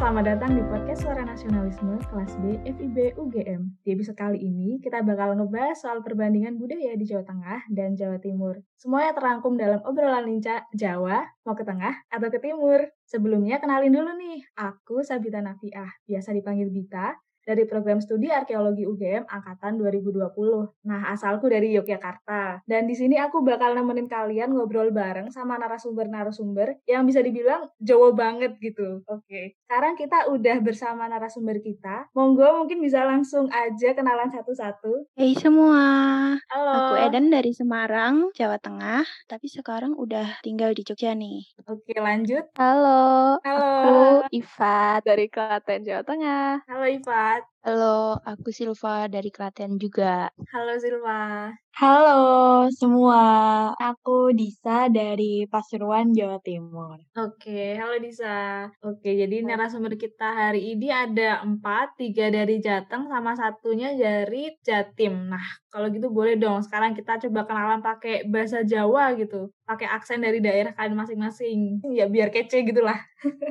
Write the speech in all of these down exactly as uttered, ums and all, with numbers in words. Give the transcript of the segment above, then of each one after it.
selamat datang di podcast Suara Nasionalisme kelas B F I B U G M. Di episode kali ini, kita bakal ngebahas soal perbandingan budaya di Jawa Tengah dan Jawa Timur. Semuanya terangkum dalam obrolan lincah Jawa, mau ke tengah atau ke timur. Sebelumnya, kenalin dulu nih, aku Sabita Nafiah, biasa dipanggil Bita, dari program studi arkeologi U G M angkatan dua ribu dua puluh. Nah, asalku dari Yogyakarta. Dan di sini aku bakal nemenin kalian ngobrol bareng sama narasumber-narasumber yang bisa dibilang Jawa banget gitu. Oke, sekarang kita udah bersama narasumber kita. Monggo mungkin bisa langsung aja kenalan satu-satu. Hai semua, aku Halo. Eden dari Semarang, Jawa Tengah, tapi sekarang udah tinggal di Jogja nih. Oke, lanjut. Halo, Halo. aku Iva dari Klaten, Jawa Tengah. Halo Ifat. Halo, aku Silva dari Klaten juga. Halo Silva. Halo semua, aku Disa dari Pasuruan, Jawa Timur. Oke, halo Disa. Oke, jadi narasumber kita hari ini ada empat, tiga dari Jateng sama satunya dari Jatim. Nah, kalau gitu boleh dong, sekarang kita coba kenalan pakai bahasa Jawa gitu, pakai aksen dari daerah kalian masing-masing. Ya biar kece gitu lah.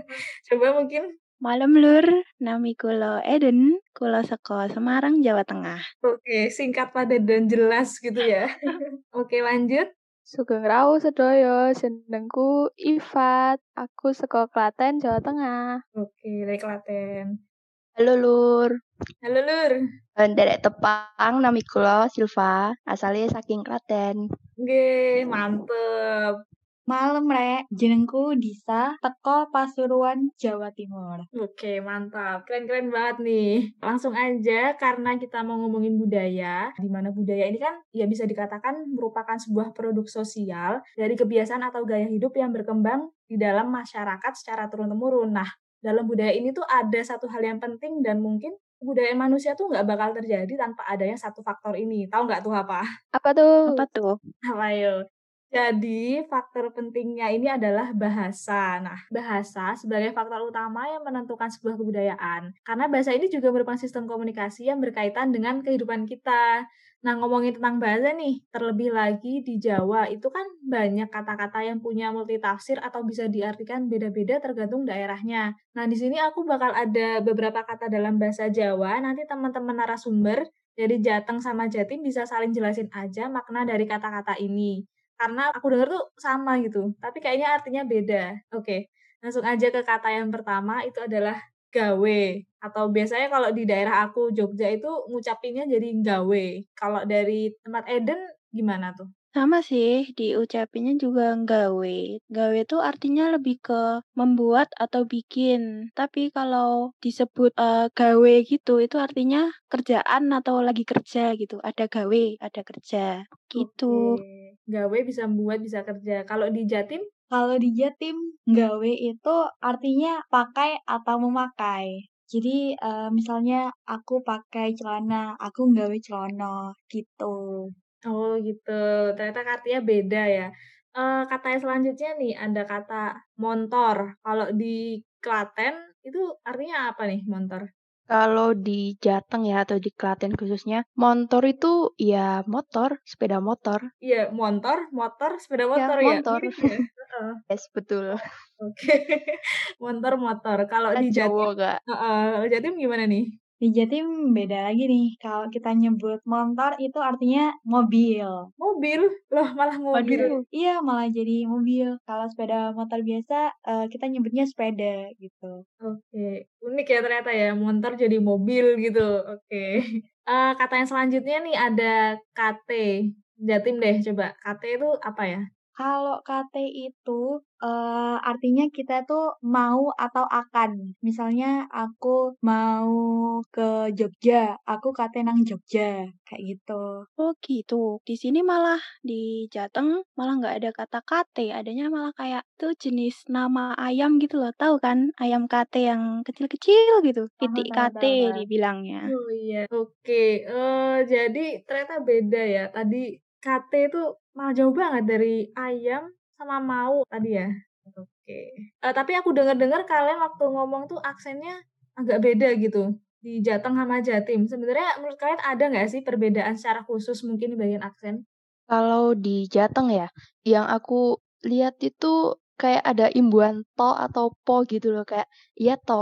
Coba mungkin. Malam lur, nami kulo Eden, kulo seko Semarang, Jawa Tengah. Oke, singkat padat dan jelas gitu ya. Oke, lanjut. Sugeng rawuh sedaya, jenengku Ifat. Aku saka Klaten, Jawa Tengah. Oke, dari Klaten. Halo Lur. Halo Lur. Derek tepang nami kula Silva, asalnya saking Klaten. Oke, mantep. Malam rek, jenengku Disa, teko Pasuruan, Jawa Timur. Oke, mantap. Keren-keren banget nih. Langsung aja, karena kita mau ngomongin budaya, di mana budaya ini kan ya bisa dikatakan merupakan sebuah produk sosial dari kebiasaan atau gaya hidup yang berkembang di dalam masyarakat secara turun-temurun. Nah, dalam budaya ini tuh ada satu hal yang penting dan mungkin kebudayaan manusia tuh nggak bakal terjadi tanpa adanya satu faktor ini. Tahu nggak tuh apa? Apa tuh? Apa tuh? Apa yuk? Jadi, faktor pentingnya ini adalah bahasa. Nah, bahasa sebagai faktor utama yang menentukan sebuah kebudayaan. Karena bahasa ini juga merupakan sistem komunikasi yang berkaitan dengan kehidupan kita. Nah, ngomongin tentang bahasa nih, terlebih lagi di Jawa, itu kan banyak kata-kata yang punya multitafsir atau bisa diartikan beda-beda tergantung daerahnya. Nah, di sini aku bakal ada beberapa kata dalam bahasa Jawa, nanti teman-teman narasumber dari Jateng sama Jatim bisa saling jelasin aja makna dari kata-kata ini. Karena aku dengar tuh sama gitu, tapi kayaknya artinya beda. Oke, langsung aja ke kata yang pertama, itu adalah gawe. Atau biasanya kalau di daerah aku, Jogja, itu ngucapinnya jadi gawe. Kalau dari tempat Eden, gimana tuh? Sama sih, diucapinnya juga gawe. Gawe itu artinya lebih ke membuat atau bikin. Tapi kalau disebut uh, gawe gitu, itu artinya kerjaan atau lagi kerja gitu. Ada gawe, ada kerja gitu. Oke. Gawe bisa membuat, bisa kerja. Kalau di Jatim? Kalau di Jatim, gawe itu artinya pakai atau memakai. Jadi uh, misalnya aku pakai celana, aku nggawe celana gitu. Oh gitu, ternyata artinya beda ya. Uh, kata yang selanjutnya nih, ada kata montor. Kalau di Klaten, itu artinya apa nih, montor? Kalau di Jateng ya, atau di Klaten khususnya, montor itu ya motor, sepeda motor. Iya, montor, motor, sepeda motor ya. ya? Montor. Ya? Uh-uh. Yes, betul. Oke, montor, motor. Kalau di Jatim, uh, Jatim gimana nih? Di Jatim beda lagi nih. Kalau kita nyebut motor itu artinya mobil. Mobil? Loh, malah mobil? Waduh, iya malah jadi mobil. Kalau sepeda motor biasa, uh, kita nyebutnya sepeda gitu. Oke, unik ya ternyata ya, motor jadi mobil gitu. Oke. Uh, kata yang selanjutnya nih ada K T. Jatim deh, coba. K T itu apa ya? Kalau K T itu uh, artinya kita tuh mau atau akan. Misalnya aku mau ke Jogja, aku K T nang Jogja, kayak gitu. Oh gitu. Di sini malah di Jateng malah nggak ada kata K T, adanya malah kayak tuh jenis nama ayam gitu loh. Tahu kan ayam K T yang kecil-kecil gitu, titik K T dibilangnya. Oh iya, oke. Uh, jadi ternyata beda ya. Tadi K T itu malah jauh banget dari ayam sama mau tadi ya. Oke. Uh, tapi aku dengar-dengar kalian waktu ngomong tuh aksennya agak beda gitu di Jateng sama Jatim. Sebenarnya menurut kalian ada nggak sih perbedaan secara khusus mungkin di bagian aksen? Kalau di Jateng ya, yang aku lihat itu kayak ada imbuhan to atau po gitu loh, kayak iya to.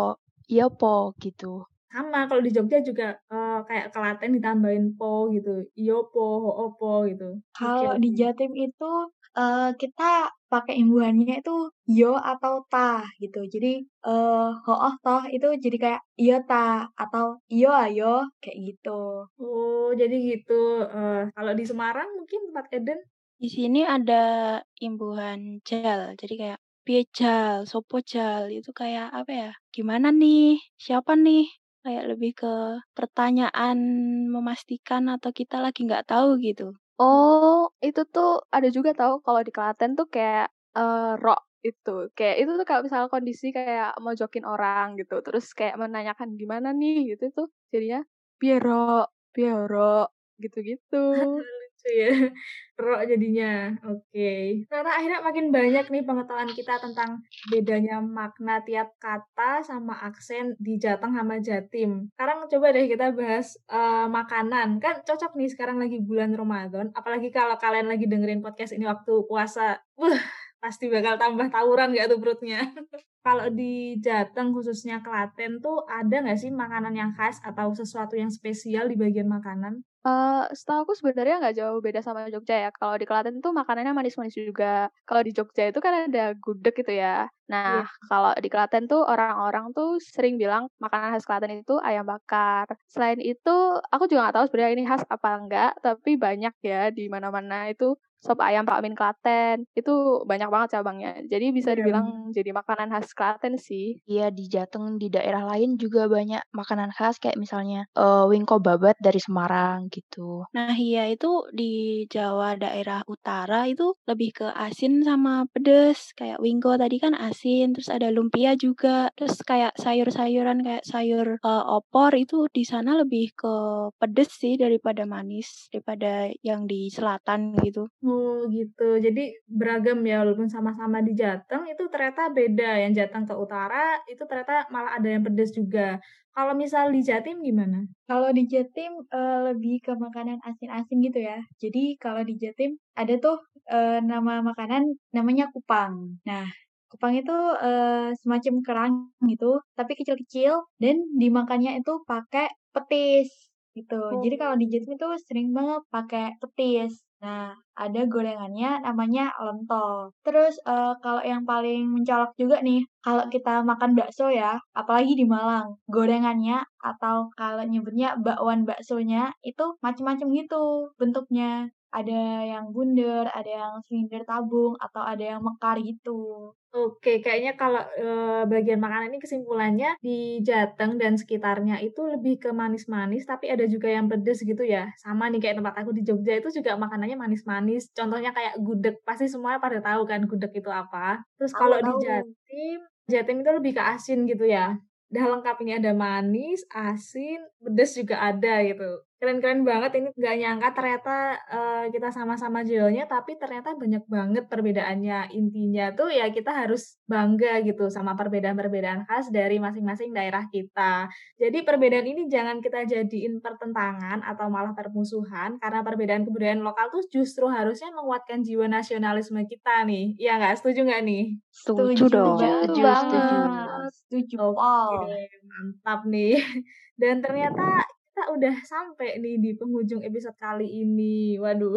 iya po gitu. Sama kalau di Jogja juga uh, kayak Klaten ditambahin po gitu. Iyo po, hoo po gitu. Oke, Kalau di oke. Jatim itu uh, kita pakai imbuhannya itu yo atau ta gitu. Jadi uh, hooh toh itu jadi kayak iyo ta atau iyo ayo kayak gitu. Oh, jadi gitu. Uh, kalau di Semarang mungkin tempat Eden? Di sini ada imbuhan jal, jadi kayak piye jal, sopo jal, itu kayak apa ya? Gimana nih? Siapa nih? Kayak lebih ke pertanyaan memastikan atau kita lagi nggak tahu gitu. Oh, itu tuh ada juga tahu kalau di Klaten tuh kayak eh rok itu. Kayak itu tuh kalau misalnya kondisi kayak mojokin orang gitu, terus kayak menanyakan gimana nih gitu tuh jadinya piero, piero gitu-gitu. Lucu ya. Rok jadinya. Oke. Ternyata akhirnya makin banyak nih pengetahuan kita tentang bedanya makna tiap kata sama aksen di Jateng sama Jatim. Sekarang coba deh kita bahas uh, makanan. Kan cocok nih sekarang lagi bulan Ramadan. Apalagi kalau kalian lagi dengerin podcast ini waktu puasa. Wuh, pasti bakal tambah tawuran gak tuh perutnya. Kalau di Jateng khususnya Klaten tuh ada nggak sih makanan yang khas atau sesuatu yang spesial di bagian makanan? Eh, setahu aku sebenarnya nggak jauh beda sama Jogja ya. Kalau di Klaten tuh makanannya manis-manis juga. Kalau di Jogja itu kan ada gudeg gitu ya. Iya. Nah, kalau di Klaten tuh orang-orang tuh sering bilang makanan khas Klaten itu ayam bakar. Selain itu, aku juga nggak tahu sebenarnya ini khas apa enggak, tapi banyak ya di mana-mana itu sop ayam Pak Min Klaten. Itu banyak banget cabangnya. Jadi bisa Iya, dibilang jadi makanan khas Klaten sih. Iya, di Jateng di daerah lain juga banyak makanan khas kayak misalnya eh, wingko babat dari Semarang gitu. Nah, iya itu di Jawa daerah utara itu lebih ke asin sama pedes. Kayak wingko tadi kan asin, terus ada lumpia juga. Terus kayak sayur-sayuran kayak sayur eh, opor itu di sana lebih ke pedes sih daripada manis, daripada yang di selatan gitu. Oh gitu. Jadi beragam ya walaupun sama-sama di Jateng itu ternyata beda. Yang Jateng ke utara itu ternyata malah ada yang pedas juga. Kalau misal di Jatim gimana? Kalau di Jatim eh, lebih ke makanan asin-asin gitu ya. Jadi kalau di Jatim ada tuh eh, nama makanan namanya kupang. Nah, kupang itu eh, semacam kerang gitu, tapi kecil-kecil dan dimakannya itu pakai petis gitu. Jadi kalau di Jatim itu sering banget pakai petis. Nah, ada gorengannya namanya lontong. Terus eh, kalau yang paling mencolok juga nih, kalau kita makan bakso ya, apalagi di Malang, gorengannya atau kalau nyebutnya bakwan baksonya itu macam-macam gitu bentuknya. Ada yang bundar, ada yang silinder tabung, atau ada yang mekar gitu. Oke, kayaknya kalau eh, bagian makanan ini kesimpulannya di Jateng dan sekitarnya itu lebih ke manis-manis, tapi ada juga yang pedes gitu ya. Sama nih kayak tempat aku di Jogja itu juga makanannya manis-manis. Contohnya kayak gudeg, pasti semuanya pada tahu kan gudeg itu apa. Terus Tahu kalau di tahu. Jatim, Jatim itu lebih ke asin gitu ya. Udah lengkap ini ada manis, asin, pedes juga ada gitu. Keren-keren banget ini nggak nyangka ternyata eh, kita sama-sama Jawanya tapi ternyata banyak banget perbedaannya. Intinya tuh ya kita harus bangga gitu sama perbedaan-perbedaan khas dari masing-masing daerah kita. Jadi perbedaan ini jangan kita jadiin pertentangan atau malah permusuhan karena perbedaan kebudayaan lokal tuh justru harusnya menguatkan jiwa nasionalisme kita nih. Iya nggak? Setuju nggak nih? Setuju dong. Setuju Setuju, setuju. banget. Setuju, Oke, Pol. mantap nih. Dan ternyata kita udah sampai nih di penghujung episode kali ini. Waduh.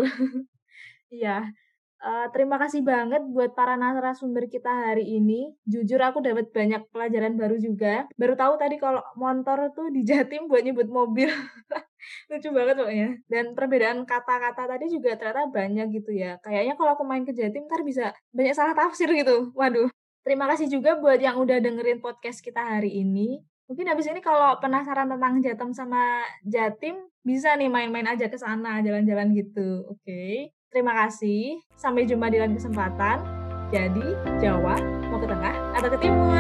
Iya. Eh, terima kasih banget buat para narasumber kita hari ini. Jujur aku dapat banyak pelajaran baru juga. Baru tahu tadi kalau motor tuh di Jatim buat nyebut mobil. Lucu banget pokoknya. Dan perbedaan kata-kata tadi juga ternyata banyak gitu ya. Kayaknya kalau aku main ke Jatim ntar bisa banyak salah tafsir gitu. Waduh. Terima kasih juga buat yang udah dengerin podcast kita hari ini. Mungkin habis ini kalau penasaran tentang Jateng sama Jatim, bisa nih main-main aja ke sana, jalan-jalan gitu. Oke. Terima kasih. Sampai jumpa di lain kesempatan. Jadi, Jawa mau ke tengah atau ke timur?